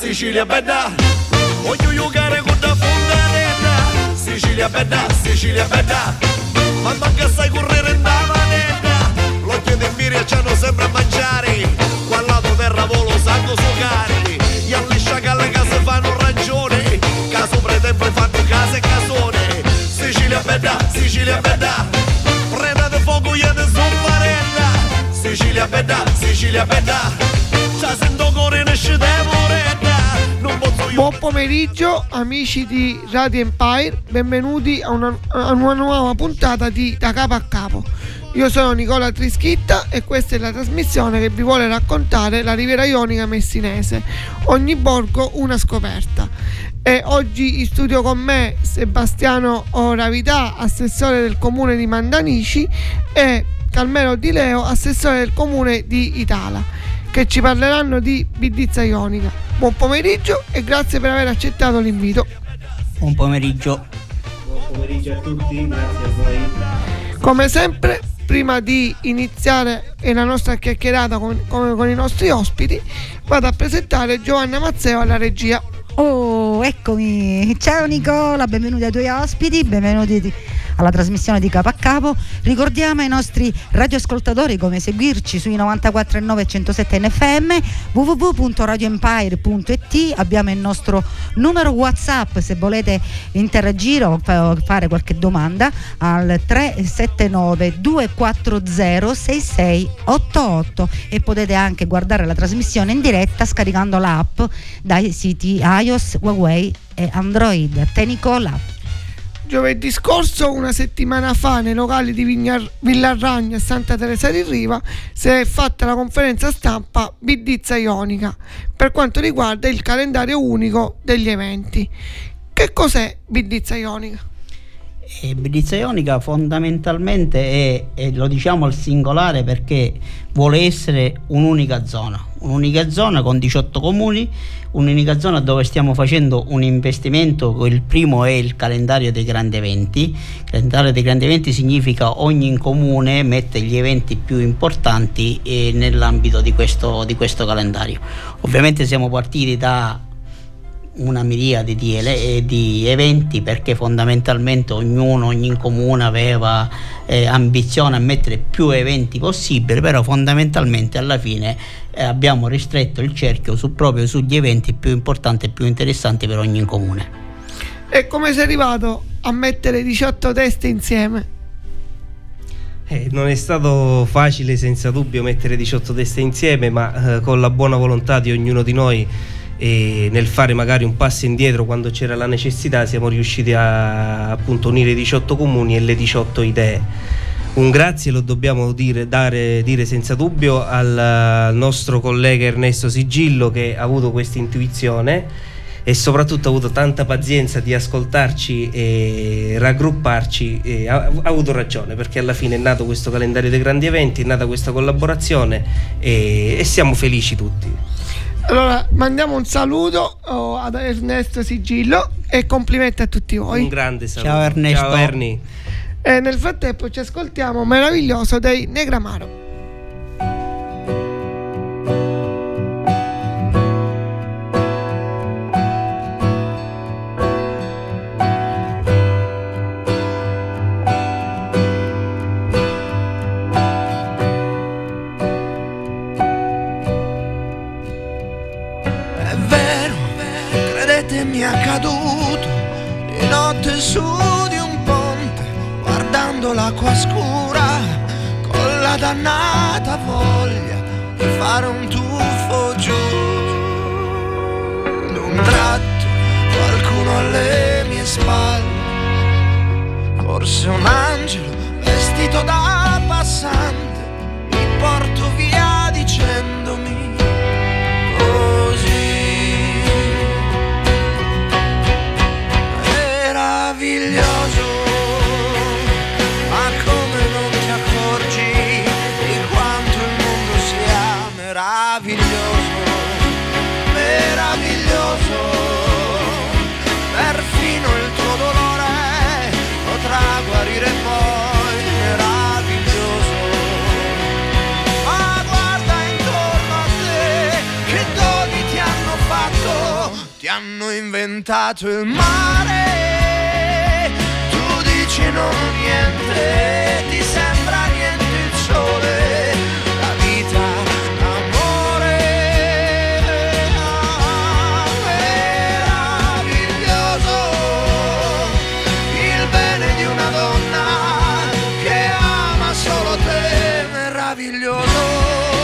Sicilia bella, voglio giocare con la fontanella. Sicilia bella, ma manca sai correre in la manetta. L'occhio di Miria c'hanno sempre a mangiare, qua al lato terra volo sanno sucari. Gli alle sciacalle che si fanno ragione, caso pretempo fanno case e casone. Sicilia bella, preda di fuoco io ne sono parella. Sicilia bella, c'ha sento cuore nasce da moretta. Buon pomeriggio amici di Radio Empire, benvenuti a una nuova puntata di Da Capo a Capo. Io sono Nicola Trischitta e questa è la trasmissione che vi vuole raccontare la Riviera Ionica messinese. Ogni borgo una scoperta. E oggi in studio con me Sebastiano Oravità, assessore del comune di Mandanici, e Carmelo Di Leo, assessore del comune di Itala, che ci parleranno di Bidizza Ionica. Buon pomeriggio e grazie per aver accettato l'invito. Buon pomeriggio. Buon pomeriggio a tutti, grazie a voi. Come sempre, prima di iniziare la nostra chiacchierata con i nostri ospiti, vado a presentare Giovanna Mazzeo alla regia. Oh, eccomi. Ciao Nicola, benvenuti ai tuoi ospiti, benvenuti alla trasmissione di Capo a Capo. Ricordiamo ai nostri radioascoltatori come seguirci sui 94.9 e 107 NFM, www.radioempire.it. abbiamo il nostro numero WhatsApp se volete interagire o fare qualche domanda al 379 240 6688 e potete anche guardare la trasmissione in diretta scaricando l'app dai siti iOS, Huawei e Android. A te Nicola. Giovedì scorso, una settimana fa, nei locali di Villarragna e Santa Teresa di Riva si è fatta la conferenza stampa Bidizza Ionica per quanto riguarda il calendario unico degli eventi. Che cos'è Bidizza Ionica? Bidizza Ionica fondamentalmente è, lo diciamo al singolare perché vuole essere un'unica zona con 18 comuni, un'unica zona dove stiamo facendo un investimento. Il primo è il calendario dei grandi eventi. Il calendario dei grandi eventi significa ogni comune mette gli eventi più importanti nell'ambito di questo calendario. Ovviamente siamo partiti da una miriade di eventi perché fondamentalmente ogni comune aveva ambizione a mettere più eventi possibili, però fondamentalmente alla fine abbiamo ristretto il cerchio proprio sugli eventi più importanti e più interessanti per ogni comune. E come sei arrivato a mettere 18 teste insieme? Non è stato facile senza dubbio mettere 18 teste insieme, ma con la buona volontà di ognuno di noi e nel fare magari un passo indietro quando c'era la necessità siamo riusciti a appunto unire i 18 comuni e le 18 idee. Un grazie lo dobbiamo dire senza dubbio al nostro collega Ernesto Sigillo, che ha avuto questa intuizione e soprattutto ha avuto tanta pazienza di ascoltarci e raggrupparci, e ha avuto ragione, perché alla fine è nato questo calendario dei grandi eventi, è nata questa collaborazione e siamo felici tutti. Allora mandiamo un saluto ad Ernesto Sigillo e complimenti a tutti voi. Un grande saluto. Ciao Ernesto. Ciao Erni. E nel frattempo ci ascoltiamo Meraviglioso dei Negramaro. Mi è accaduto di notte su di un ponte, guardando l'acqua scura, con la dannata voglia di fare un tuffo giù. D'un tratto qualcuno alle mie spalle, forse un angelo vestito da passante, mi porto via dicendomi meraviglioso, ma come non ti accorgi di quanto il mondo sia meraviglioso, meraviglioso. inventato il mare, tu dici non niente, ti sembra niente il sole, la vita, l'amore, meraviglioso, il bene di una donna che ama solo te, meraviglioso.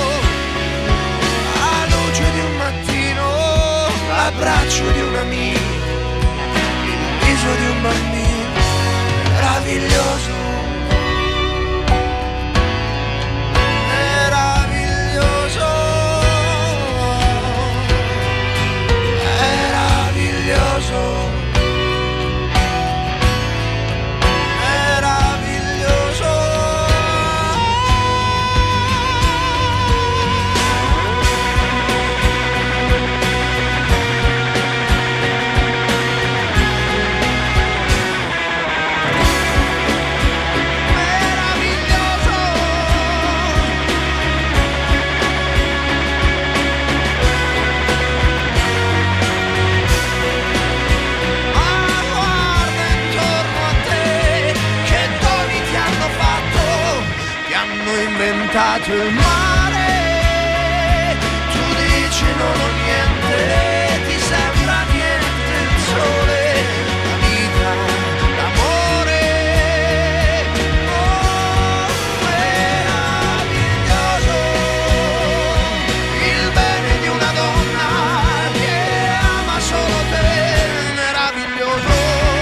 L'abbraccio di un amico, il viso di un bambino, meraviglioso, meraviglioso, meraviglioso. Inventato il mare, tu dici non ho niente, ti sembra niente il sole, la vita, l'amore, oh, meraviglioso, il bene di una donna che ama solo te, meraviglioso,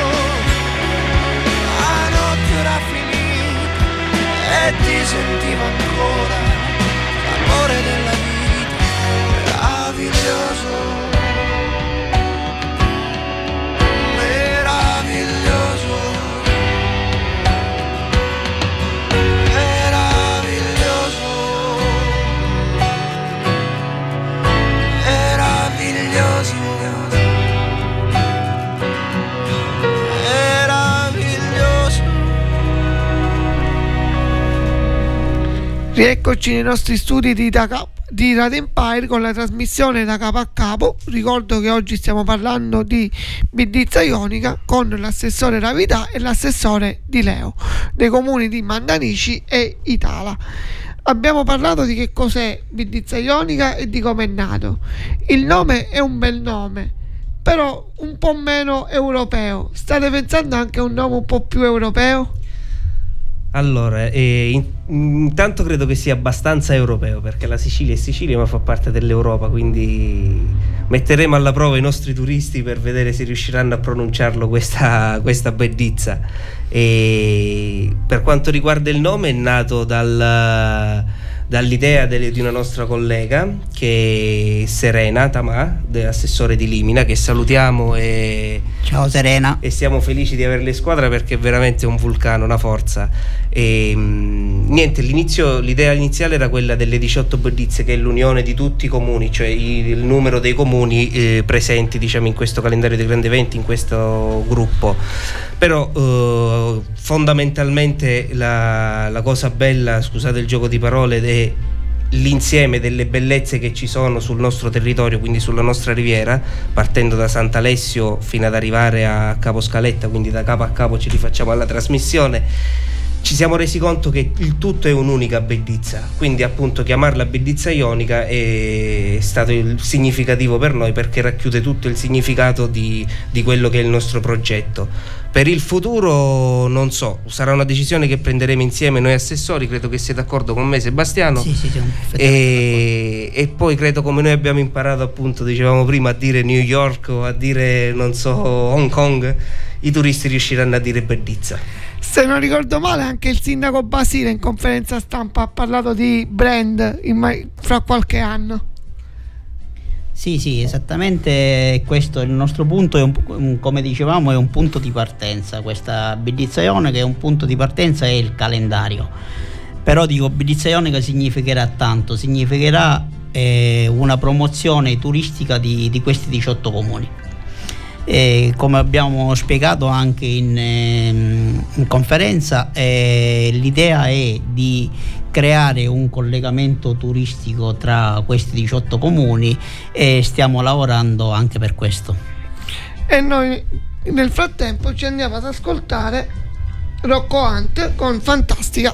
la notte era finita e ti sentivo ancora l'amore della vita, meraviglioso, meraviglioso, meraviglioso, meraviglioso, meraviglioso. Rieccoci nei nostri studi di Radio Empire con la trasmissione Da Capo a Capo. Ricordo che oggi stiamo parlando di Bidizza Ionica con l'assessore Ravità e l'assessore Di Leo dei comuni di Mandanici e Itala. Abbiamo parlato di che cos'è Bidizza Ionica e di come è nato. Il nome è un bel nome, però un po' meno europeo. State pensando anche a un nome un po' più europeo? Allora, intanto credo che sia abbastanza europeo, perché la Sicilia è Sicilia ma fa parte dell'Europa, quindi metteremo alla prova i nostri turisti per vedere se riusciranno a pronunciarlo questa Bidizza. E per quanto riguarda il nome, è nato dall'idea di una nostra collega, che è Serena Tamà, assessore di Limina, che salutiamo ciao Serena, e siamo felici di averla in squadra perché è veramente un vulcano, una forza. E niente, l'idea iniziale era quella delle 18 Bidizze, che è l'unione di tutti i comuni, cioè il numero dei comuni presenti, diciamo, in questo calendario dei grandi eventi, in questo gruppo. Però fondamentalmente la cosa bella, scusate il gioco di parole, è l'insieme delle bellezze che ci sono sul nostro territorio, quindi sulla nostra riviera, partendo da Sant'Alessio fino ad arrivare a Caposcaletta, quindi da capo a capo ci rifacciamo alla trasmissione. Ci siamo resi conto che il tutto è un'unica Bidizza, quindi appunto chiamarla Bidizza Ionica è stato il significativo per noi, perché racchiude tutto il significato di quello che è il nostro progetto. Per il futuro non so, sarà una decisione che prenderemo insieme noi assessori, credo che sia d'accordo con me Sebastiano. Sì, e poi credo, come noi abbiamo imparato appunto, dicevamo prima, a dire New York o a dire, non so, Hong Kong, i turisti riusciranno a dire Bidizza. Se non ricordo male, anche il sindaco Basile in conferenza stampa ha parlato di brand fra qualche anno. Sì, esattamente questo è il nostro punto, è come dicevamo, è un punto di partenza. Questa Bidizza Ionica è un punto di partenza, è il calendario. Però dico, Bidizza Ionica significherà tanto, significherà una promozione turistica di questi 18 comuni. E come abbiamo spiegato anche in conferenza, l'idea è di creare un collegamento turistico tra questi 18 comuni e stiamo lavorando anche per questo. e noi nel frattempo ci andiamo ad ascoltare Rocco Hunt con Fantastica.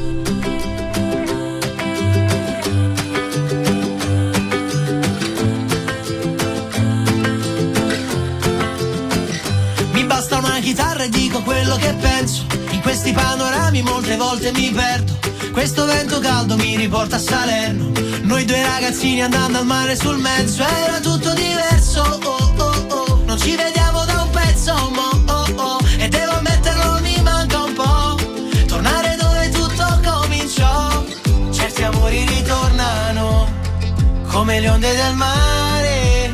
Mi basta una chitarra e dico quello che penso. In questi panorami molte volte mi perdo. Questo vento caldo mi riporta a Salerno. Noi due ragazzini andando al mare sul mezzo. Era tutto diverso, oh oh oh. Non ci vediamo da un pezzo, mo oh oh. E devo ammetterlo, mi manca un po'. Tornare dove tutto cominciò. Certi amori ritornano come le onde del mare.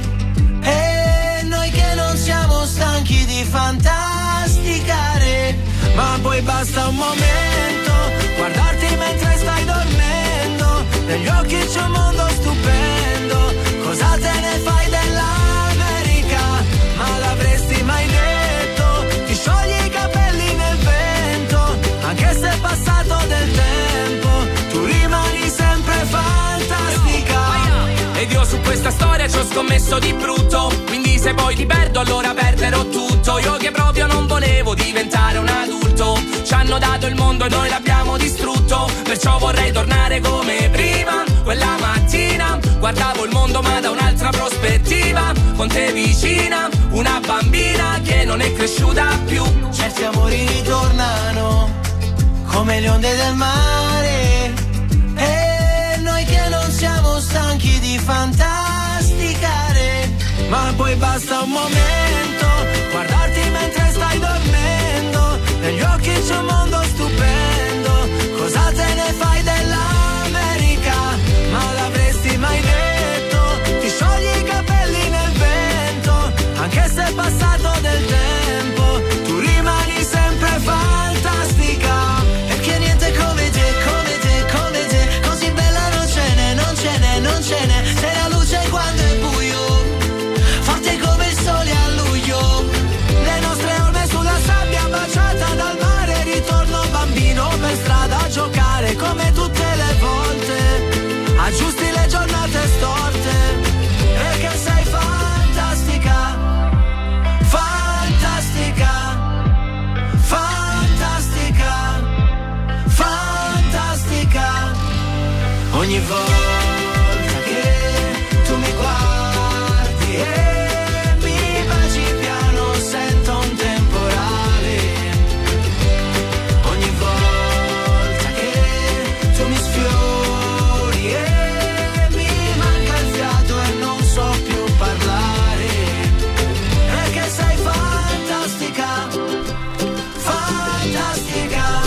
E noi che non siamo stanchi di fantasticare. Ma poi basta un momento, guardarti mentre stai dormendo. Negli occhi c'è un mondo stupendo. Cosa te ne fai dell'America? Ma l'avresti mai detto? Ti sciogli i capelli nel vento. Anche se è passato del tempo, tu rimani sempre fantastica. Ed io su questa storia ci ho scommesso di brutto. Quindi se poi ti perdo allora perderò tutto. Io che proprio non volevo diventare un adulto. Ci hanno dato il mondo e noi l'abbiamo distrutto. Perciò vorrei tornare come prima. Quella mattina guardavo il mondo ma da un'altra prospettiva. Con te vicina, una bambina che non è cresciuta più. Certi amori ritornano come le onde del mare. E noi che non siamo stanchi di fantasticare. Ma poi basta un momento, guardarti mentre stai dormendo. Negli occhi c'è un mondo stupendo. Cosa te ne fai dell'America? Ma l'avresti mai detto? Ti sciogli i capelli nel vento. Anche se è passato del tempo, tu rimani sempre fantastica. Perché niente come te, come te, come te. Così bella non ce n'è, non ce n'è, non ce n'è. Sei la luce quando è buio, forte come il sole a luglio. Le nostre orme sulla sabbia baciata dal mare. Ritorno bambino per strada a giocare come tutte le volte. Aggiusti le giornate storte. Perché sei fantastica, fantastica, fantastica, fantastica. Ogni volta che tu mi guardi e mi baci piano sento un temporale. Ogni volta che tu mi sfiori e mi manca il fiato e non so più parlare. Perché sei fantastica, fantastica,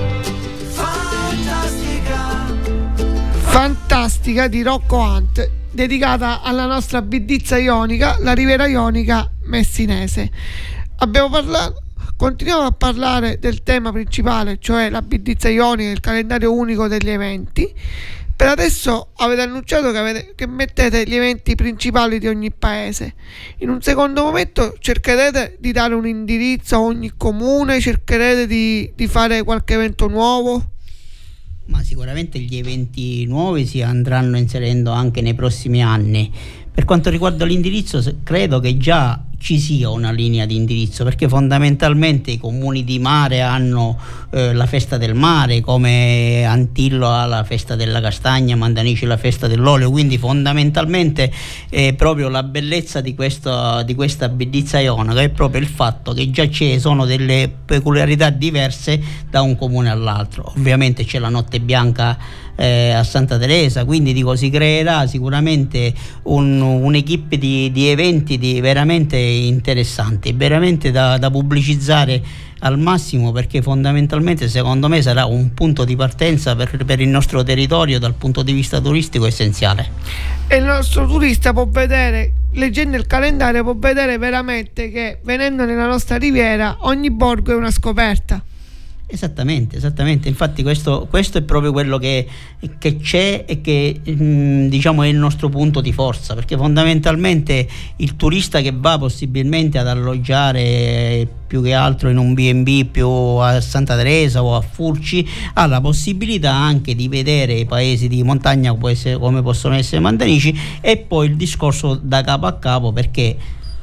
fantastica. Fantastica di Rocco Hunt, dedicata alla nostra bellezza ionica, la Riviera Ionica messinese. Continuiamo a parlare del tema principale, cioè la bellezza ionica, il calendario unico degli eventi. Per adesso avete annunciato che mettete gli eventi principali di ogni paese. In un secondo momento cercherete di dare un indirizzo a ogni comune, cercherete di fare qualche evento nuovo? Ma sicuramente gli eventi nuovi si andranno inserendo anche nei prossimi anni. Per quanto riguarda l'indirizzo, credo che già ci sia una linea di indirizzo, perché fondamentalmente i comuni di mare hanno la festa del mare, come Antillo ha la festa della castagna, Mandanici la festa dell'olio, quindi fondamentalmente proprio la bellezza di questa bellezza ionica è proprio il fatto che già sono delle peculiarità diverse da un comune all'altro. Ovviamente c'è la notte bianca a Santa Teresa, quindi si creerà sicuramente un'equipe di eventi veramente interessanti, veramente da pubblicizzare al massimo, perché fondamentalmente secondo me sarà un punto di partenza per il nostro territorio dal punto di vista turistico essenziale. E il nostro turista può vedere, leggendo il calendario, può vedere veramente che venendo nella nostra riviera ogni borgo è una scoperta. Esattamente, infatti questo è proprio quello che c'è e che diciamo è il nostro punto di forza, perché fondamentalmente il turista che va possibilmente ad alloggiare più che altro in un B&B più a Santa Teresa o a Furci ha la possibilità anche di vedere i paesi di montagna come possono essere Mandanici, e poi il discorso da capo a capo, perché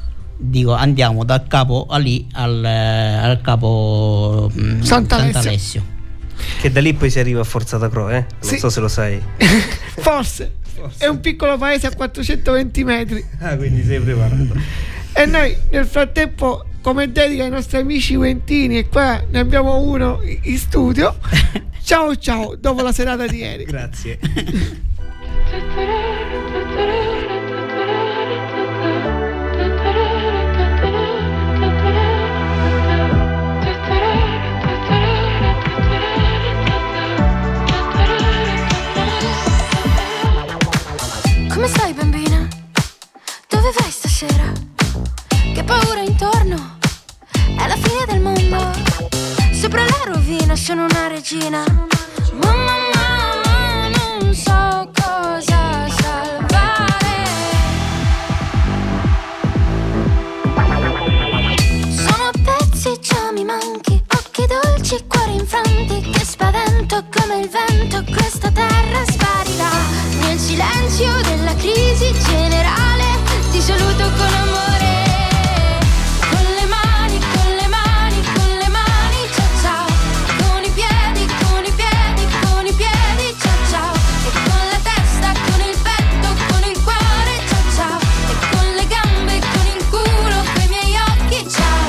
dico andiamo dal capo lì al capo Sant'Alessio, che da lì poi si arriva a Forzata Cro, non Sì. so se lo sai. Forse. È un piccolo paese a 420 metri. Quindi sei preparato. E noi nel frattempo, come dedica ai nostri amici juventini, e qua ne abbiamo uno in studio, ciao ciao dopo la serata di ieri. Grazie. Come stai, bambina? Dove vai stasera? Che paura intorno? È la fine del mondo. Sopra la rovina sono una regina. Mamma, non so cosa salvare. Sono a pezzi, già mi manchi. Occhi dolci, cuori infranti. Che spavento come il vento. Questa terra sparirà. Nel silenzio della crisi generale ti saluto con amore. Con le mani, con le mani, con le mani, ciao ciao. Con i piedi, con i piedi, con i piedi, ciao ciao. E con la testa, con il petto, con il cuore, ciao ciao. E con le gambe, con il culo, coi miei occhi, ciao.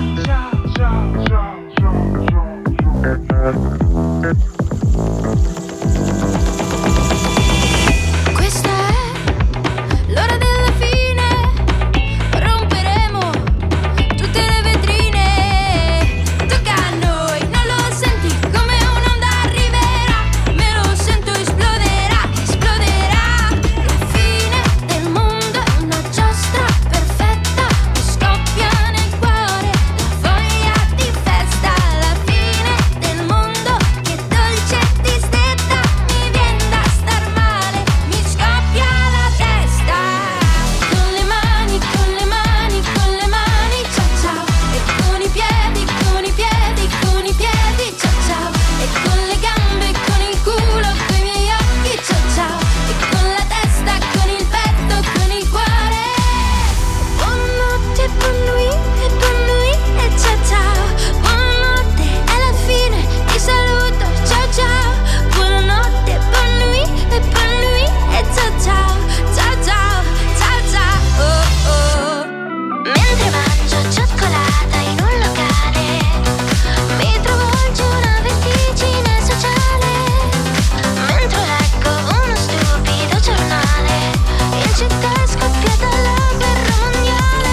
Questa è l'ora della fine. Romperemo tutte le vetrine. Tocca a noi, non lo senti come un'onda arriverà. Me lo sento, esploderà, esploderà. La fine del mondo è una giostra perfetta. Mi scoppia nel cuore la voglia di festa. La fine del mondo, che dolce distetta. Mi viene da star male, mi scoppia la testa. Con le mani, con le mani, con le mani, ciao ciao. E con i piedi, con i piedi, con i piedi, ciao ciao. E con le gambe, con il culo, coi miei occhi, ciao ciao. E con la testa, con il petto, con il cuore. Buonanotte, bonne nuit e ciao ciao. Buonanotte, è la fine, ti saluto, ciao ciao. Buonanotte, bonne nuit e ciao ciao. Ciao ciao, ciao ciao, oh oh. Mentre mangio cioccolata in un locale, mi travolge una vertigine sociale. Mentre leggo uno stupido giornale, in città è scoppiata la guerra mondiale.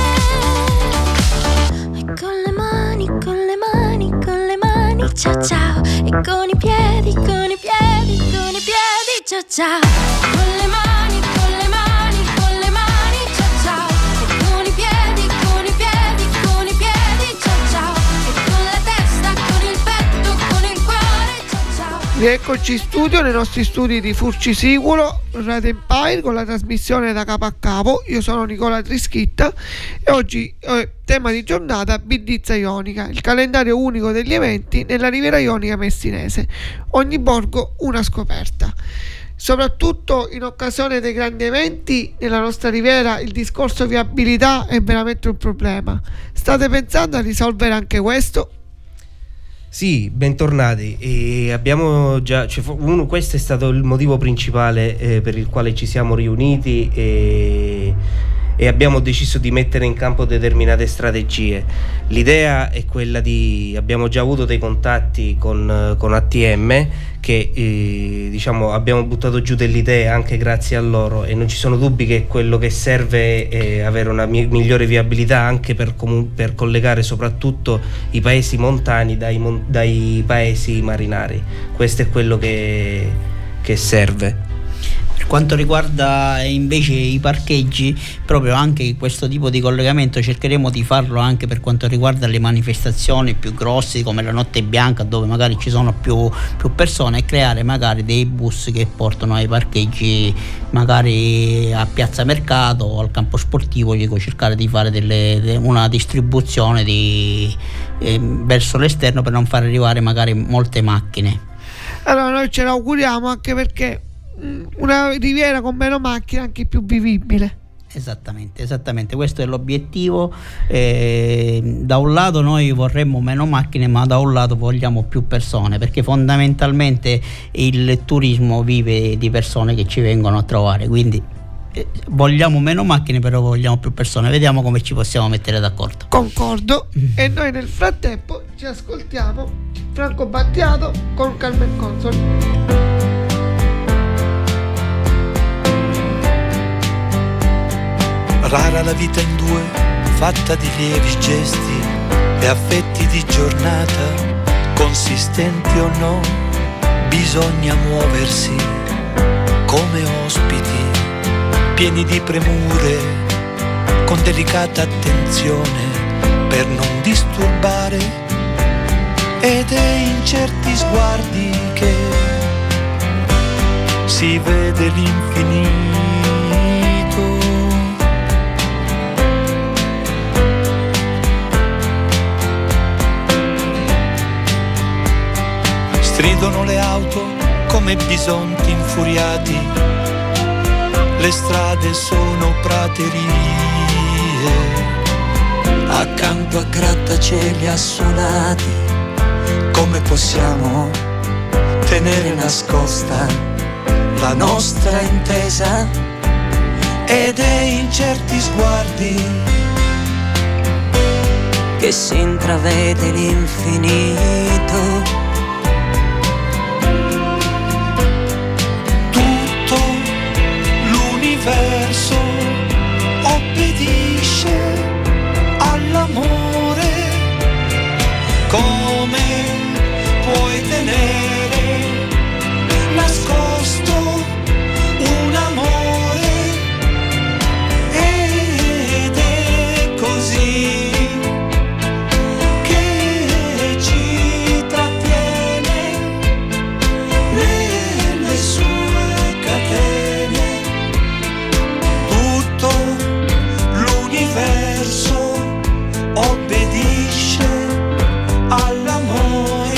E con le mani, con le mani, con le mani, ciao ciao. E con i piedi, con i piedi, con i piedi, ciao ciao. Con le mani, con le mani, con le mani, ciao ciao. E con i piedi, con i piedi, con i piedi, ciao ciao. E con la testa, con il petto, con il cuore, ciao ciao. Rieccoci in studio, nei nostri studi di Furcisicolo, Radio Empire, con la trasmissione da capo a capo. Io sono Nicola Trischitta e oggi tema di giornata Bidizza Ionica, il calendario unico degli eventi nella Riviera Ionica messinese. Ogni borgo una scoperta. Soprattutto in occasione dei grandi eventi nella nostra riviera il discorso viabilità è veramente un problema. State pensando a risolvere anche questo? Sì, bentornati. E abbiamo già, questo è stato il motivo principale per il quale ci siamo riuniti e abbiamo deciso di mettere in campo determinate strategie. L'idea è quella abbiamo già avuto dei contatti con ATM che diciamo abbiamo buttato giù delle idee anche grazie a loro, e non ci sono dubbi che quello che serve è avere una migliore viabilità anche per collegare soprattutto i paesi montani dai paesi marinari. Questo è quello che serve. Per quanto riguarda invece i parcheggi, proprio anche questo tipo di collegamento cercheremo di farlo anche per quanto riguarda le manifestazioni più grosse come la Notte Bianca, dove magari ci sono più persone, e creare magari dei bus che portano ai parcheggi, magari a Piazza Mercato o al campo sportivo. Dico, cercare di fare una distribuzione verso l'esterno per non far arrivare magari molte macchine. Allora noi ce l'auguriamo, anche perché una riviera con meno macchine è anche più vivibile. Esattamente, questo è l'obiettivo. Da un lato noi vorremmo meno macchine, ma da un lato vogliamo più persone, perché fondamentalmente il turismo vive di persone che ci vengono a trovare, quindi vogliamo meno macchine, però vogliamo più persone. Vediamo come ci possiamo mettere d'accordo. Concordo. E noi nel frattempo ci ascoltiamo Franco Battiato con Carmen Consoli. Rara la vita in due, fatta di lievi gesti e affetti di giornata, consistenti o no, bisogna muoversi come ospiti, pieni di premure, con delicata attenzione per non disturbare, ed è in certi sguardi che si vede l'infinito. Stridono le auto come bisonti infuriati, le strade sono praterie, accanto a grattacieli assolati. Come possiamo tenere nascosta la nostra intesa? Ed è in certi sguardi che si intravede l'infinito. L'universo obbedisce all'amore. Come puoi tenere nascosto un amore? Ed è così che ci trattiene nelle sue catene. L'universo obbedisce all'amore.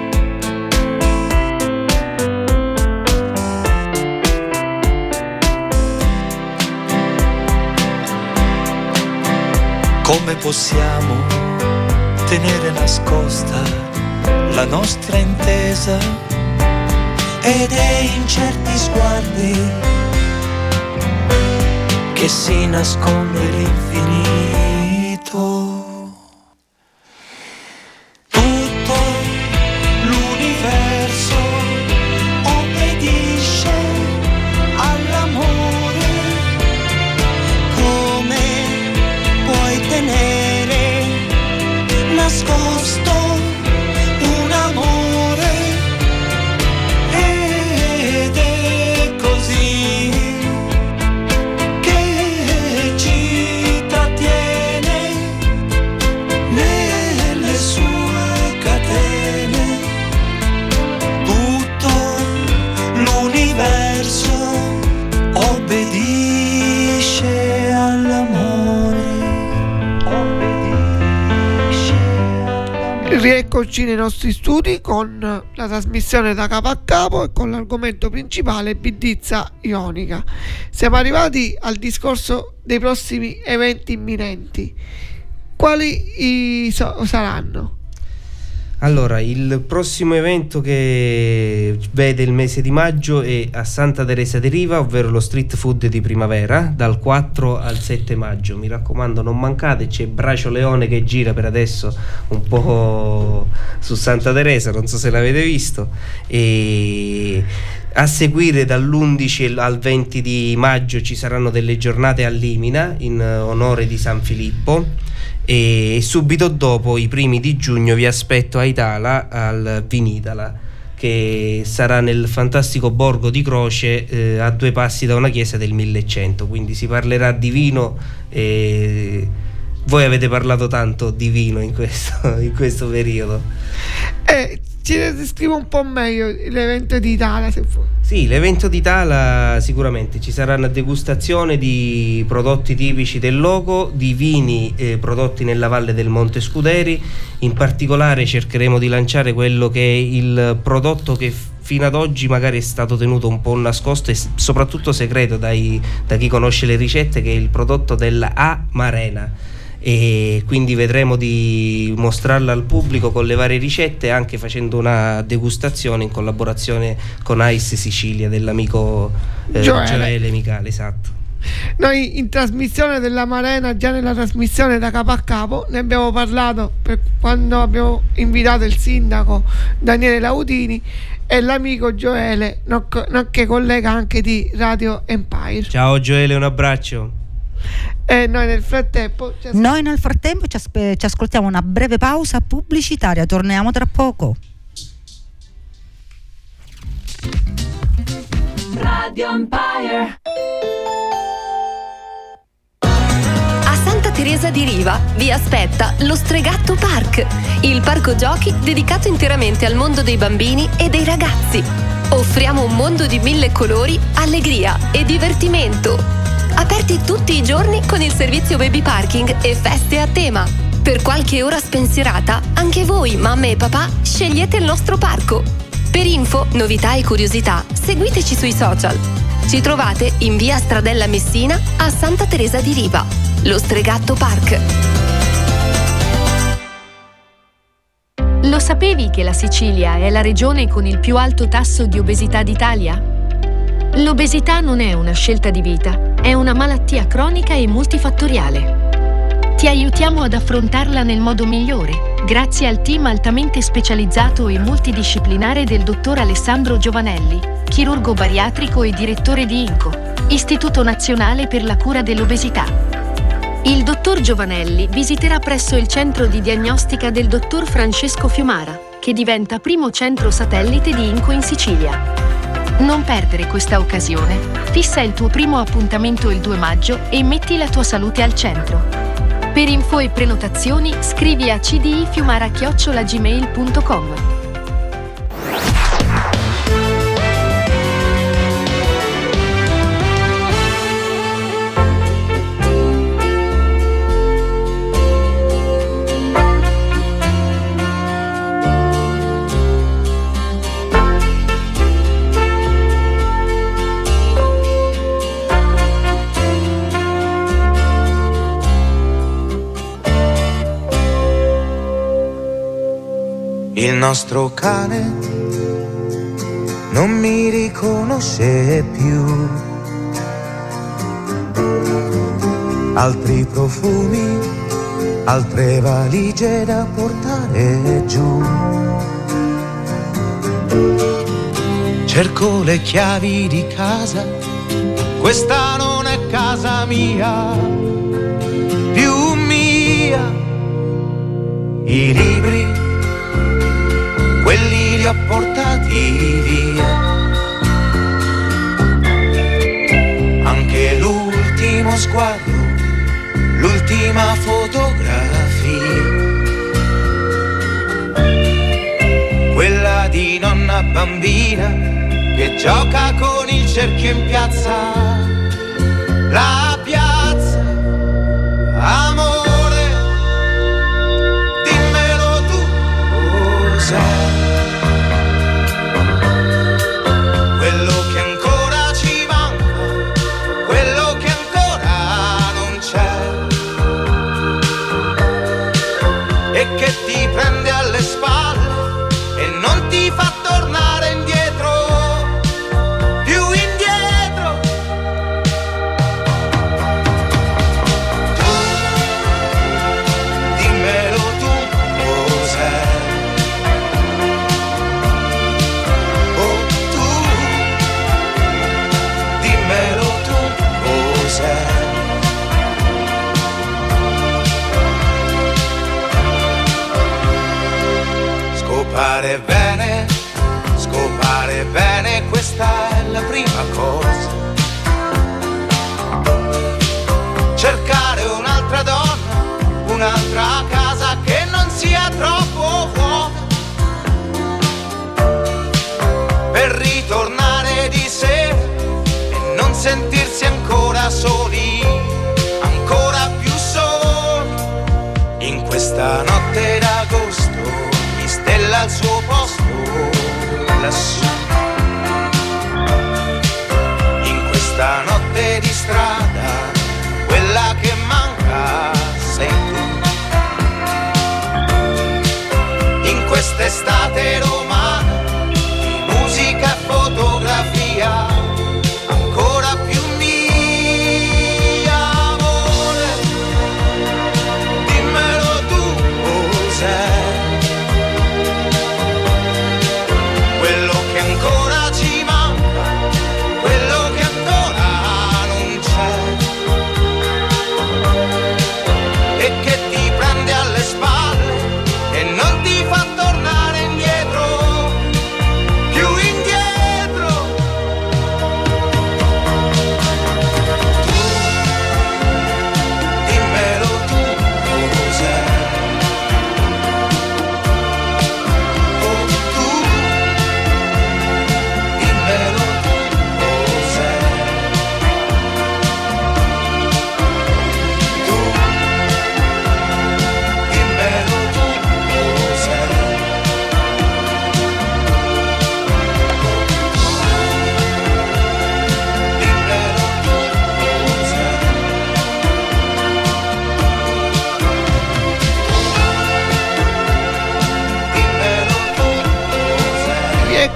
Come possiamo tenere nascosta la nostra intesa? Ed è in certi sguardi che si nasconde l'infinito. Tutto l'universo obbedisce all'amore. Come puoi tenere nascosto un amore? Ed è così che ci trattiene nelle sue catene. Tutto l'universo obbedisce all'amore. Obbedisce all'amore. Rieccoci nei nostri studi con la trasmissione da capo a capo e con l'argomento principale Bidizza Ionica. Siamo arrivati al discorso dei prossimi eventi imminenti. Quali saranno? Allora, il prossimo evento che vede il mese di maggio è a Santa Teresa de Riva, ovvero lo street food di primavera, dal 4 al 7 maggio. Mi raccomando, non mancate, c'è Bracio Leone che gira per adesso un po' su Santa Teresa, non so se l'avete visto. E a seguire dall'11 al 20 di maggio ci saranno delle giornate a Limina in onore di San Filippo. E subito dopo, i primi di giugno, vi aspetto a Itala al Vinitala, che sarà nel fantastico borgo di Croce, a 2 passi da una chiesa del 1100. Quindi si parlerà di vino, e voi avete parlato tanto di vino in questo periodo. Ci descrivo un po' meglio l'evento di Itala, se fu. Sì, l'evento di Itala sicuramente ci sarà una degustazione di prodotti tipici del logo, di vini prodotti nella valle del Monte Scuderi. In particolare cercheremo di lanciare quello che è il prodotto che fino ad oggi magari è stato tenuto un po' nascosto e soprattutto segreto da chi conosce le ricette, che è il prodotto della Amarena, e quindi vedremo di mostrarla al pubblico con le varie ricette, anche facendo una degustazione in collaborazione con Ice Sicilia dell'amico Gioele Micale, esatto. Noi in trasmissione dell'Amarena, già nella trasmissione da capo a capo, ne abbiamo parlato quando abbiamo invitato il sindaco Daniele Laudini e l'amico Gioele, nonché collega anche di Radio Empire. Ciao Gioele, un abbraccio. E noi nel frattempo ci ascoltiamo una breve pausa pubblicitaria, torniamo tra poco. Radio Empire. A Santa Teresa di Riva vi aspetta lo Stregatto Park, il parco giochi dedicato interamente al mondo dei bambini e dei ragazzi. Offriamo un mondo di 1000 colori, allegria e divertimento. Aperti tutti i giorni con il servizio baby parking e feste a tema. Per qualche ora spensierata, anche voi, mamme e papà, scegliete il nostro parco. Per info, novità e curiosità, seguiteci sui social. Ci trovate in via Stradella Messina a Santa Teresa di Riva. Lo Stregatto Park. Lo sapevi che la Sicilia è la regione con il più alto tasso di obesità d'Italia? L'obesità non è una scelta di vita, è una malattia cronica e multifattoriale. Ti aiutiamo ad affrontarla nel modo migliore, grazie al team altamente specializzato e multidisciplinare del dottor Alessandro Giovanelli, chirurgo bariatrico e direttore di INCO, Istituto Nazionale per la Cura dell'Obesità. Il dottor Giovanelli visiterà presso il centro di diagnostica del dottor Francesco Fiumara, che diventa primo centro satellite di INCO in Sicilia. Non perdere questa occasione. Fissa il tuo primo appuntamento il 2 maggio e metti la tua salute al centro. Per info e prenotazioni scrivi a cdifiumara@gmail.com. Il nostro cane non mi riconosce più. Altri profumi, altre valigie da portare giù. Cerco le chiavi di casa, questa non è casa mia, più mia. I libri, quelli li ho portati via. Anche l'ultimo sguardo, l'ultima fotografia, quella di nonna bambina che gioca con il cerchio in piazza. La piazza, amore, dimmelo tu cos'è. Quello che ancora ci manca, quello che ancora non c'è, e che ti prende alle spalle e non ti fa tornare indietro, più indietro. Tu, dimmelo tu cos'è. Oh tu, dimmelo tu cos'è. Scopare bene, questa è la prima cosa. Cercare un'altra donna, un'altra casa che non sia troppo vuota, per ritornare di sera e non sentirsi ancora soli, ancora più soli. In questa notte d'agosto, stella al suo posto lassù.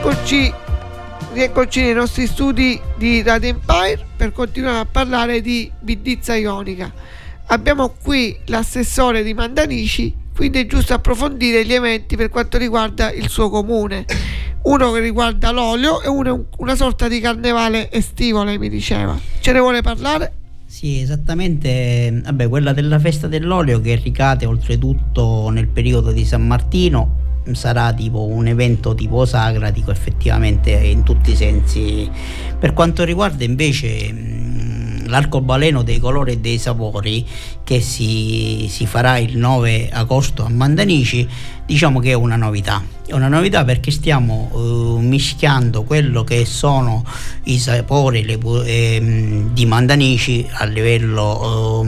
rieccoci nei nostri studi di Radio Empire per continuare a parlare di bidizza ionica. Abbiamo qui l'assessore di Mandanici, quindi è giusto approfondire gli eventi per quanto riguarda il suo comune. Uno che riguarda l'olio e uno una sorta di carnevale estivo, lei mi diceva. Ce ne vuole parlare? Sì, esattamente. Vabbè, quella della festa dell'olio, che ricade oltretutto nel periodo di San Martino, sarà tipo un evento tipo sacratico effettivamente in tutti i sensi. Per quanto riguarda invece l'arcobaleno dei colori e dei sapori, che si farà il 9 agosto a Mandanici, diciamo che è una novità perché stiamo mischiando quello che sono i sapori di Mandanici a livello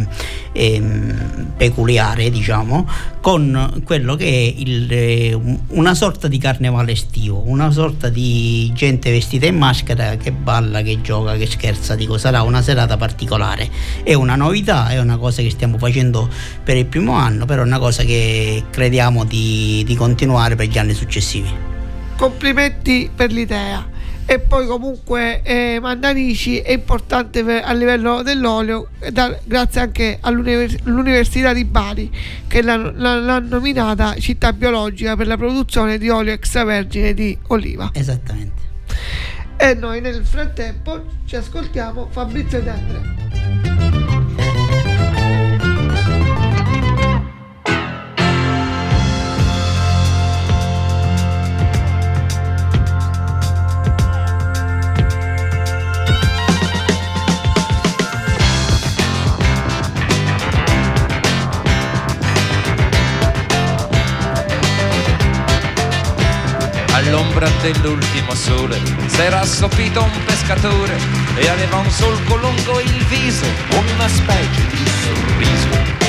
peculiare, diciamo, con quello che è una sorta di carnevale estivo, una sorta di gente vestita in maschera che balla, che gioca, che scherza. Dico, sarà una serata particolare, è una novità, è una cosa che stiamo facendo per il primo anno, però è una cosa che crediamo di continuare per gli anni successivi. Complimenti per l'idea. E poi comunque Mandanici è importante a livello dell'olio, grazie anche all'Università di Bari, che l'ha nominata città biologica per la produzione di olio extravergine di oliva. Esattamente. E noi nel frattempo ci ascoltiamo Fabrizio De André. All'ombra dell'ultimo sole s'era assopito un pescatore e aveva un solco lungo il viso come una specie di sorriso.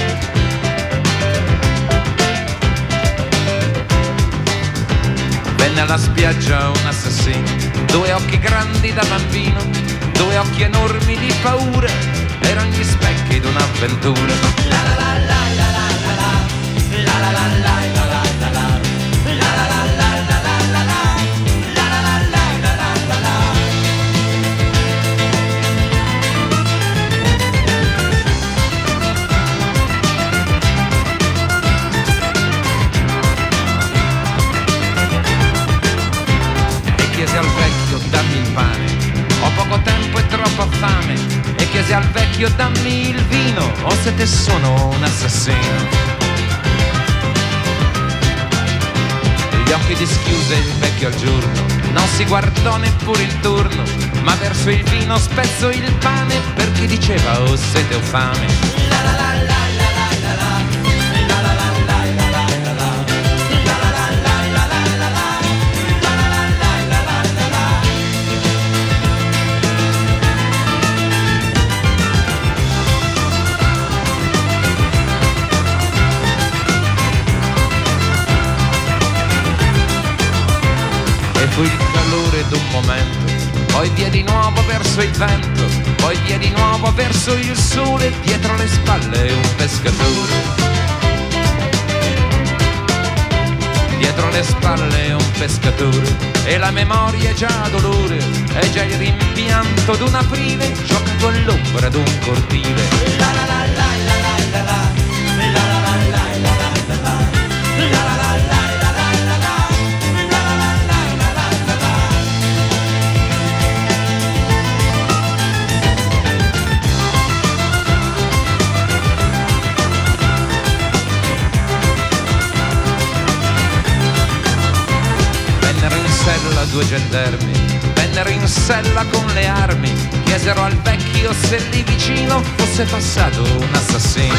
Venne alla spiaggia un assassino, 2 occhi grandi da bambino, 2 occhi enormi di paura, erano gli specchi d'un'avventura. La la la la la la la la la la la la la la. Chiese al vecchio dammi il pane, ho poco tempo e troppa fame. E chiese al vecchio dammi il vino, o se te sono un assassino. Gli occhi dischiuse il vecchio al giorno, non si guardò neppure il turno, ma verso il vino spezzò il pane, perché diceva o sete o fame. La la la la. Fu il calore d'un momento, poi via di nuovo verso il vento, poi via di nuovo verso il sole, dietro le spalle un pescatore. Dietro le spalle un pescatore, e la memoria è già dolore, è già il rimpianto d'un aprile, giocato all'ombra d'un cortile. La la la la la la la la la la la la la la la. Sella 2 gendarmi, vennero in sella con le armi, chiesero al vecchio se lì vicino fosse passato un assassino.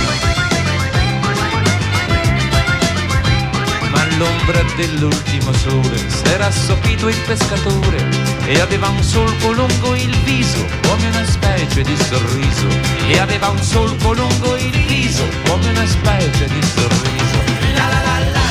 Ma all'ombra dell'ultimo sole s'era assopito il pescatore e aveva un solco lungo il viso come una specie di sorriso. E aveva un solco lungo il viso come una specie di sorriso. La la la la.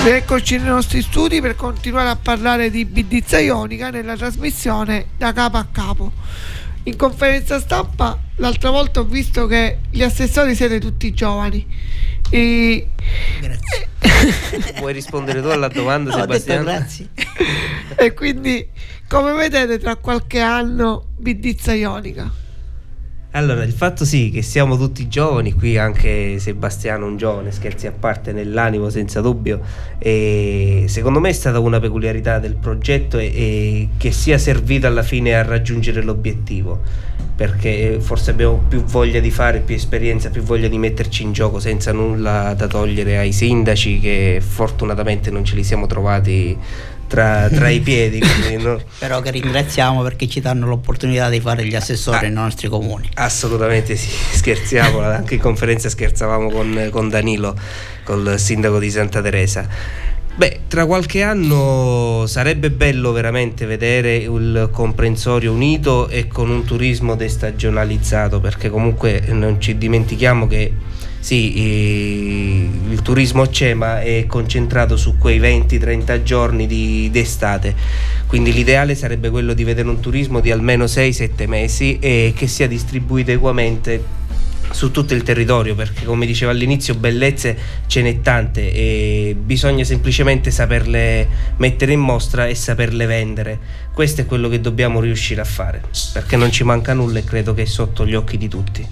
Rieccoci nei nostri studi per continuare a parlare di bellezza ionica nella trasmissione Da Capo a Capo. In conferenza stampa l'altra volta ho visto che gli assessori siete tutti giovani. Grazie. Vuoi rispondere tu alla domanda, no, Sebastiano? Grazie. E quindi come vedete tra qualche anno bellezza ionica? Allora, il fatto sì che siamo tutti giovani, qui anche Sebastiano un giovane, scherzi a parte, nell'animo senza dubbio, e secondo me è stata una peculiarità del progetto e che sia servito alla fine a raggiungere l'obiettivo, perché forse abbiamo più voglia di fare, più esperienza, più voglia di metterci in gioco, senza nulla da togliere ai sindaci che fortunatamente non ce li siamo trovati tra i piedi, quindi, no? Però che ringraziamo perché ci danno l'opportunità di fare gli assessori nei nostri comuni. Assolutamente sì, scherziamo, anche in conferenza scherzavamo con Danilo, col sindaco di Santa Teresa. Beh, tra qualche anno sarebbe bello veramente vedere il comprensorio unito e con un turismo destagionalizzato, perché comunque non ci dimentichiamo che sì, il turismo c'è, ma è concentrato su quei 20-30 giorni d'estate, quindi l'ideale sarebbe quello di vedere un turismo di almeno 6-7 mesi e che sia distribuito equamente su tutto il territorio, perché come dicevo all'inizio bellezze ce n'è tante e bisogna semplicemente saperle mettere in mostra e saperle vendere. Questo è quello che dobbiamo riuscire a fare, perché non ci manca nulla e credo che è sotto gli occhi di tutti.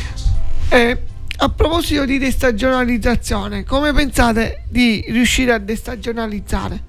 A proposito di destagionalizzazione, come pensate di riuscire a destagionalizzare?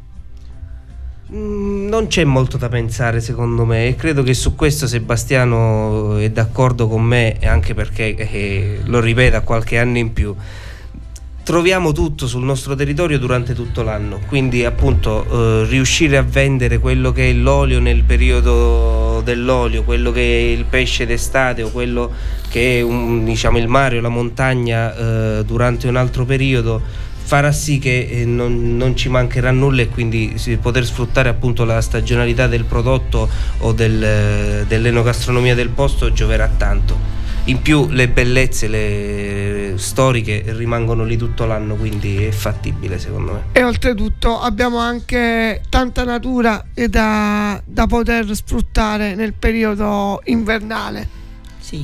Non c'è molto da pensare secondo me e credo che su questo Sebastiano è d'accordo con me, anche perché lo ripeto a qualche anno in più, troviamo tutto sul nostro territorio durante tutto l'anno, quindi appunto riuscire a vendere quello che è l'olio nel periodo dell'olio, quello che è il pesce d'estate o quello che è diciamo il mare o la montagna durante un altro periodo, farà sì che non ci mancherà nulla e quindi poter sfruttare appunto la stagionalità del prodotto o dell'enogastronomia del posto gioverà tanto. In più le bellezze, le storiche rimangono lì tutto l'anno, quindi è fattibile secondo me. E oltretutto abbiamo anche tanta natura da poter sfruttare nel periodo invernale. Sì,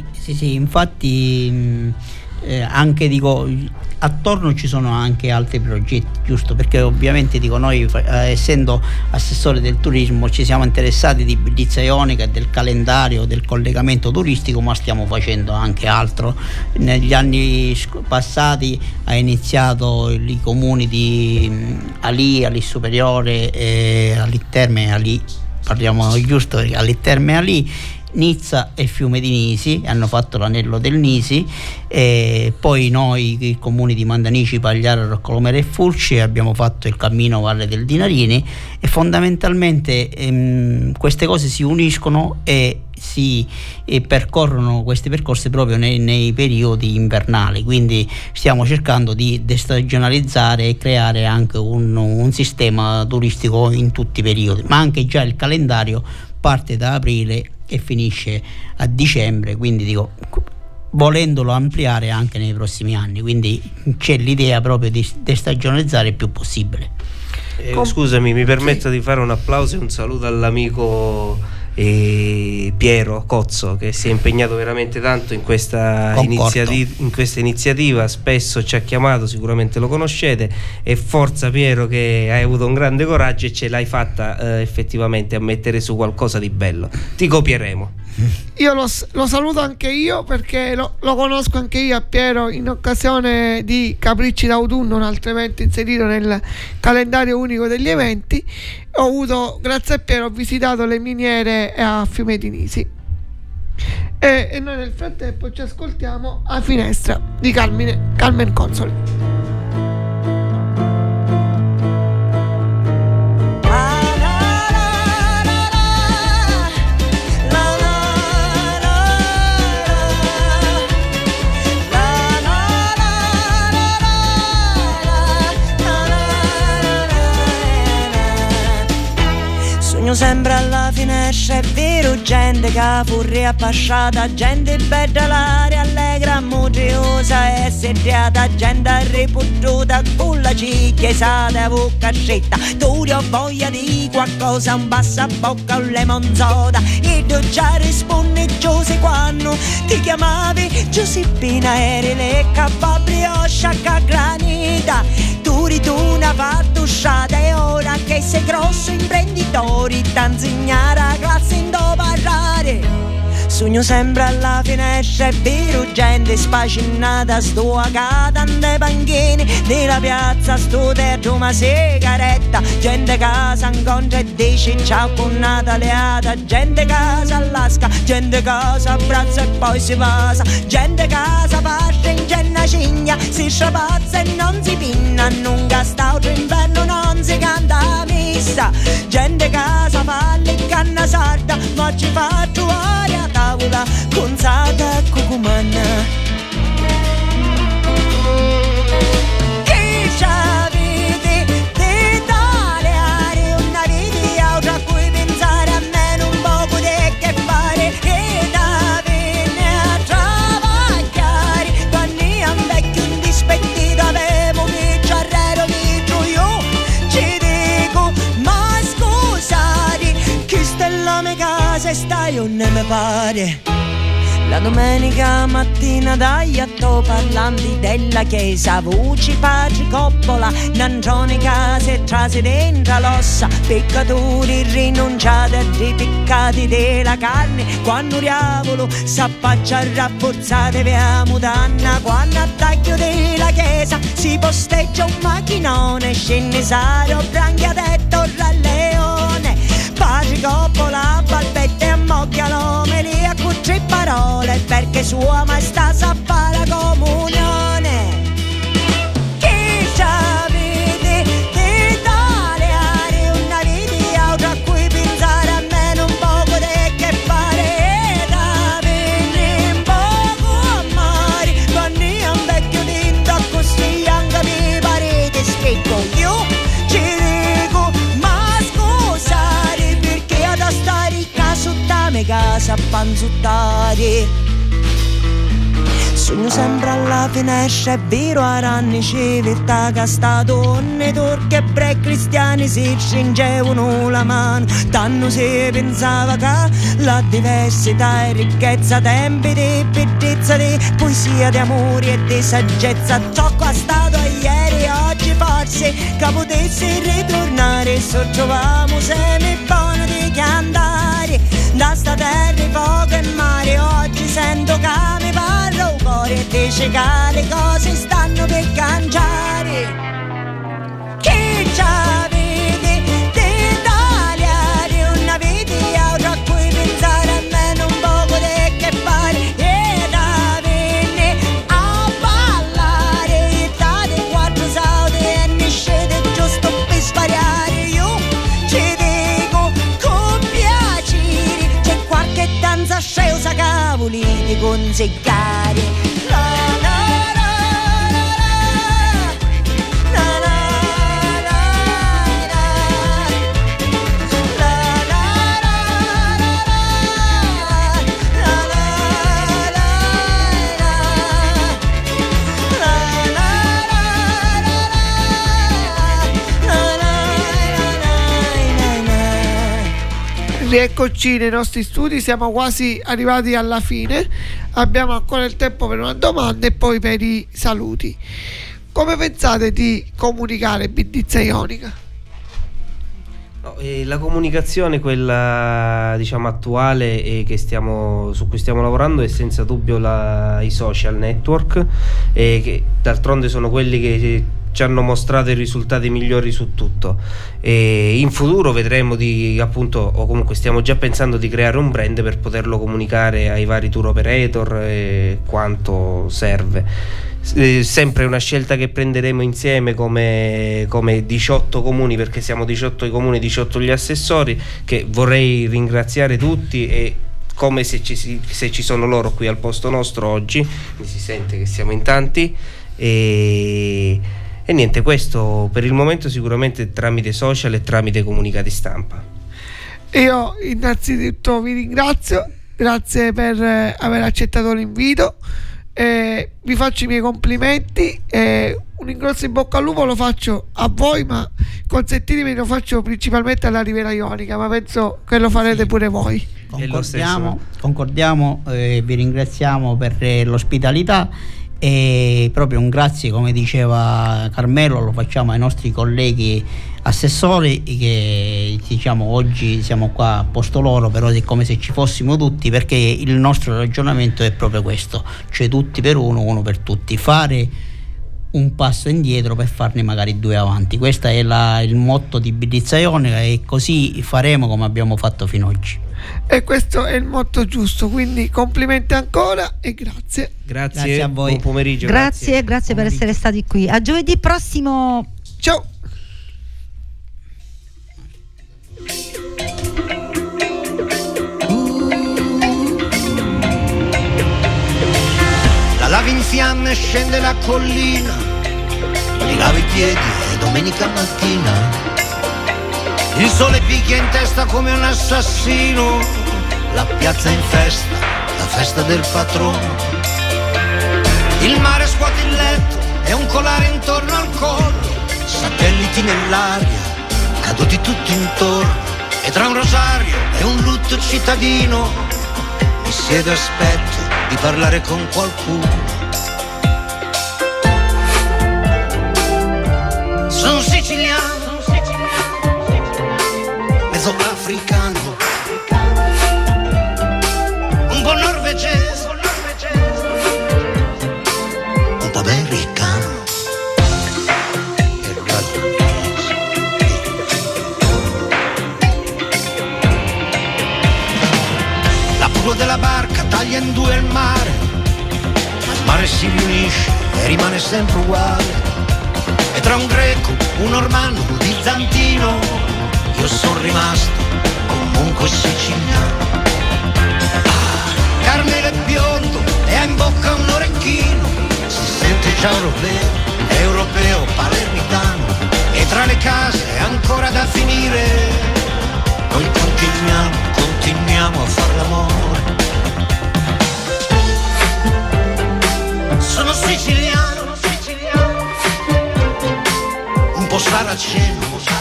infatti anche dico attorno ci sono anche altri progetti, giusto, perché ovviamente dico noi essendo assessori del turismo ci siamo interessati di bellezza ionica e del calendario del collegamento turistico, ma stiamo facendo anche altro. Negli anni passati ha iniziato i comuni di Ali Superiore, Ali Terme, Ali, parliamo giusto, Ali Terme, Ali, Nizza e Fiume di Nisi, hanno fatto l'anello del Nisi, e poi noi i comuni di Mandanici, Pagliaro, Roccolomere e Fulci abbiamo fatto il cammino Valle del Dinarini e fondamentalmente queste cose si uniscono e si percorrono questi percorsi proprio nei periodi invernali, quindi stiamo cercando di destagionalizzare e creare anche un sistema turistico in tutti i periodi, ma anche già il calendario parte da aprile e finisce a dicembre, quindi dico volendolo ampliare anche nei prossimi anni, quindi c'è l'idea proprio di destagionalizzare il più possibile. Scusami, mi permetto di fare un applauso e un saluto all'amico Piero Cozzo, che si è impegnato veramente tanto in questa iniziativa, spesso ci ha chiamato, sicuramente lo conoscete, e forza Piero che hai avuto un grande coraggio e ce l'hai fatta effettivamente a mettere su qualcosa di bello. Ti copieremo. Io lo saluto anche io perché lo conosco anche io a Piero in occasione di Capricci d'autunno, un altro evento inserito nel calendario unico degli eventi. Grazie a Piero ho visitato le miniere a Fiume di Nisi e noi nel frattempo ci ascoltiamo A Finestra di Carmen Consoli. Sogno sempre alla finestra, è vero, gente che furri appasciata, gente bella, l'aria allegra, motriosa, e si seriata, gente ripututa con la cicchiesata a bocca scetta. Tu ho voglia di qualcosa, un passabocca, un lemon soda. E tu già rispondi Giuse quando ti chiamavi Giuseppina, eri le capabrio sciacca granita. Tu ritorna fatto uscita e ora che sei grosso imprenditori t'insegnare la classe in do parlare. Sogno sempre alla finestra, è vero, gente spacinata, sto a casa nei panchini della piazza, sto dentro una sigaretta, gente casa incontra e dice ciao con Nataleata, gente casa allasca, gente casa abbraccia e poi si passa, gente casa parte in genna cigna, si strapazza e non si pinna, non gasta altro inverno, non si canta la messa, gente casa fa le canna sarda, ma ci fa trovare a tavola con sata e cucumana. Chi c'ha vedi di tagliare una vita tra cui pensare a me un poco di che fare e da venire a travagliare quando io vecchio indispettito avevo picciarrero vicino io ci dico ma scusate chi stella me casa stai o ne me pare. La domenica mattina dai atto parlanti della chiesa, voci pace coppola, nangione case trase dentro l'ossa, peccatori rinunciati a dei peccati della carne, quando diavolo s'appaccia rafforzate via mutanna, quando a taglio della chiesa si posteggia un macchinone, scende Saro, Branchia detto Ra Leone, pace coppola, balbette e ammocchiano, me li a tre parole perché sua maestà sa fare la comunione. Chi c'ha vedi di tagliare una vita tra cui pensare a me un poco di che fare da venire un poco a mare quando io un vecchio tinto così anche mi pare di schicco io ci dico ma scusate perché ad stare caso da me casa a panzuttare. Sogno sempre alla finestra, è vero, a anni civiltà che sta donne, turche e cristiani si stringevano la mano, tanto si pensava che la diversità e ricchezza, tempi di bellezza, di poesia, di amore e di saggezza, ciò che è stato ieri e oggi forse che potessi ritornare, se troviamo semi buoni di cantare, da sta terra fuoco e mare, oggi sento che mi parlo e dice che le cose stanno per cangiare. Chi c'ha vedi di tagliare una vita tra cui pensare a me un poco di che fare e da venire a ballare e date quattro salti e ne scende giusto per spariare. Io ci dico con piacere c'è qualche danza sceusa cavoli di consigliare. Rieccoci nei nostri studi, siamo quasi arrivati alla fine, abbiamo ancora il tempo per una domanda e poi per i saluti. Come pensate di comunicare Bellizza Ionica? No, la comunicazione, quella diciamo attuale e su cui stiamo lavorando, è senza dubbio i social network, che d'altronde sono quelli che ci hanno mostrato i risultati migliori su tutto, e in futuro vedremo o comunque stiamo già pensando di creare un brand per poterlo comunicare ai vari tour operator e quanto serve. Sempre una scelta che prenderemo insieme come 18 comuni, perché siamo 18 i comuni, 18 gli assessori, che vorrei ringraziare tutti, e come se ci sono loro qui al posto nostro oggi, mi si sente che siamo in tanti, e niente, questo per il momento sicuramente tramite social e tramite comunicati stampa. Io innanzitutto vi ringrazio, grazie per aver accettato l'invito vi faccio i miei complimenti, un grosso in bocca al lupo lo faccio a voi, ma consentitemi, lo faccio principalmente alla Riviera Ionica, ma penso che lo farete pure voi. Concordiamo, vi ringraziamo per l'ospitalità e proprio un grazie, come diceva Carmelo, lo facciamo ai nostri colleghi assessori che diciamo oggi siamo qua a posto loro, però è come se ci fossimo tutti, perché il nostro ragionamento è proprio questo, cioè tutti per uno, uno per tutti, fare un passo indietro per farne magari due avanti. Questo è il motto di Bellizza Ionica e così faremo come abbiamo fatto fino ad oggi. E questo è il motto giusto, quindi complimenti ancora e grazie. Grazie a voi. Buon pomeriggio. Grazie per essere stati qui. A giovedì prossimo. Ciao. La lava in fiamme scende la collina, mi lavo i piedi e domenica mattina il sole picchia in testa come un assassino, la piazza è in festa, la festa del patrono. Il mare scuote il letto e un colare intorno al collo, satelliti nell'aria, caduti tutti intorno. E tra un rosario e un lutto cittadino mi siedo e aspetto di parlare con qualcuno. Sono siciliano, mezzo africano, un po' norvegese, un po' americano. La prua della barca taglia in due il mare, ma il mare si riunisce e rimane sempre uguale. E tra un greco, un normanno, un bizantino, io sono rimasto comunque siciliano. Carmelo è biondo e ha in bocca un orecchino, si sente già europeo, palermitano. E tra le case è ancora da finire, noi continuiamo a far l'amore. Sono siciliano, un po' saraceno,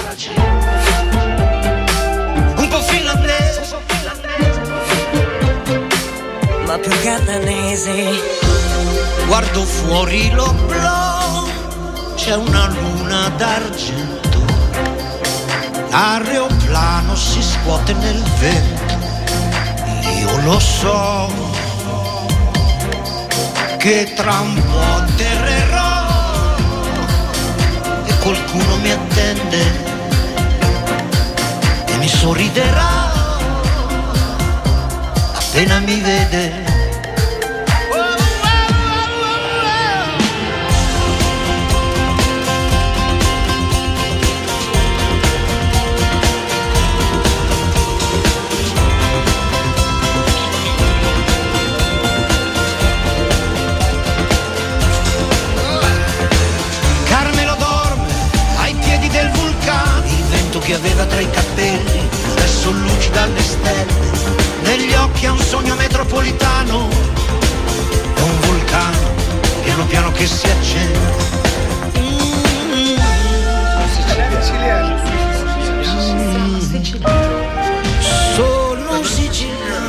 un po' finlandese, ma più catanese. Guardo fuori l'oblò, c'è una luna d'argento, l'aeroplano si scuote nel vento. Io lo so che tra un po' atterrerò e qualcuno mi attende e mi sorriderà appena mi vede. Che aveva tra i capelli, adesso lucida alle stelle, negli occhi ha un sogno metropolitano, è un vulcano, piano piano che si accende. Sono siciliano.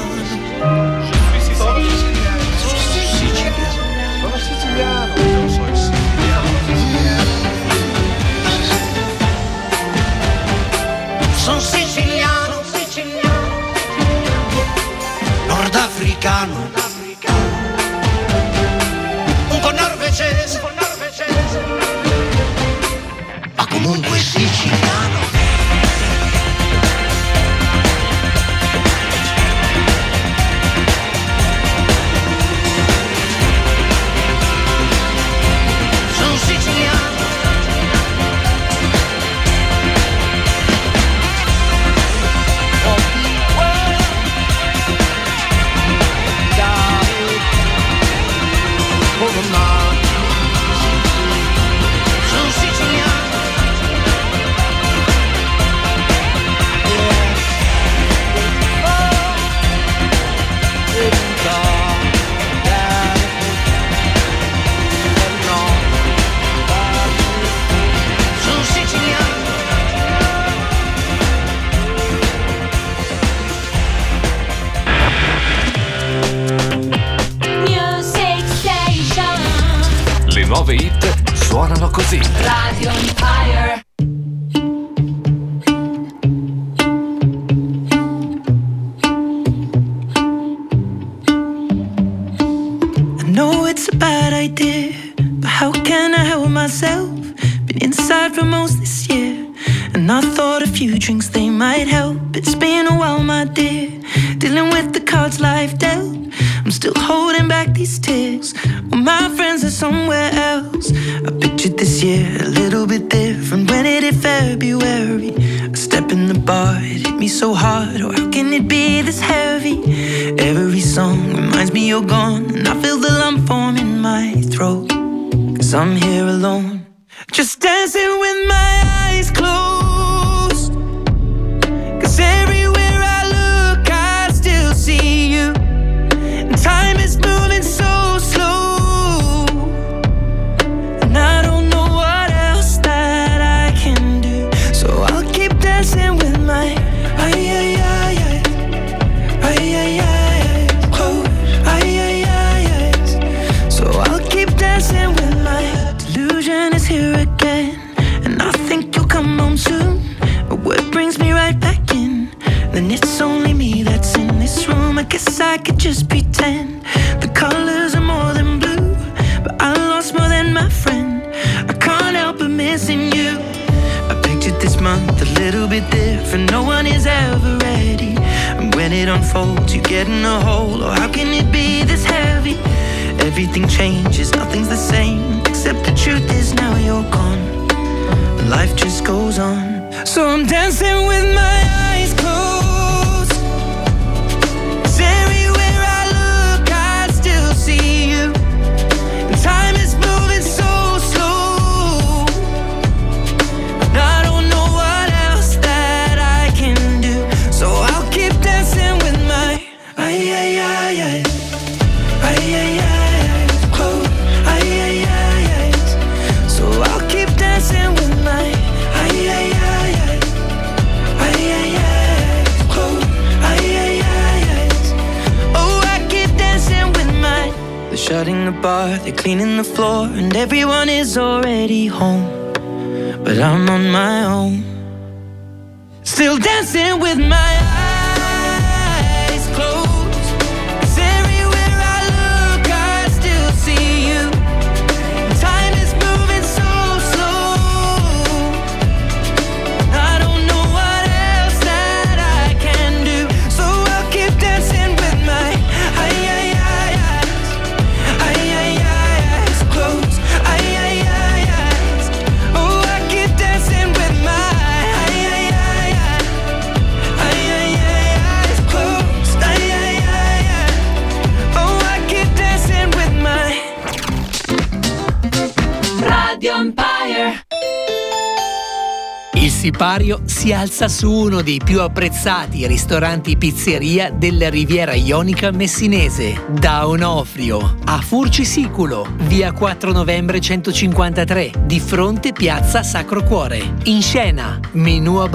Sono siciliano, nordafricano, un po' norvegese, ma comunque siciliano. Sono siciliano. Sono siciliano. nuove hit suonano così. Radio Empire. I know it's a bad idea, but how can I help myself? Been inside for most this year, and I thought a few drinks they might help. It's been a while, my dear, dealing with the cards life dealt. I'm still holding back these tears, well, my friends are somewhere else. I pictured this year a little bit different when it hit February. A step in the bar, it hit me so hard. Oh, how can it be this heavy? Every song reminds me you're gone, and I feel the lump form in my throat. 'Cause I'm here alone, just dancing with my eyes closed. 'Cause everywhere I look I still see you. Time is moving so slow, and I don't know what else that I can do. So I'll keep dancing with my close. So I'll keep dancing with my delusion is here again, and I think you'll come home soon. But what brings me right back in? Then it's only me that's in this room. I guess I could just pretend the colors are more than blue, but I lost more than my friend. I can't help but missing you. I pictured this month a little bit different. No one is ever ready, and when it unfolds you get in a hole. Oh, how can it be this heavy? Everything changes, nothing's the same, except the truth is now you're gone. Life just goes on. So I'm dancing with my eyes closed. 'Cause everywhere I look I still see you. And time is moving so slow, and I don't know what else that I can do. So I'll keep dancing with my close. So I'll keep dancing with my close. Oh, I keep dancing with my. They're shutting the bar, they're cleaning the floor, and everyone is already home, but I'm on my own, still dancing with my eyes closed. 'Cause everywhere I look I still see you. Time is moving so slow, I don't know what else that I can do. So I'll keep dancing with my eyes closed. Oh, I keep dancing with my eyes closed. Oh, I keep dancing with my. Radio Empire. Il sipario si alza su uno dei più apprezzati ristoranti pizzeria della Riviera Ionica messinese, da Onofrio a Furcisiculo, via 4 novembre 153, di fronte piazza Sacro Cuore. In scena, menù a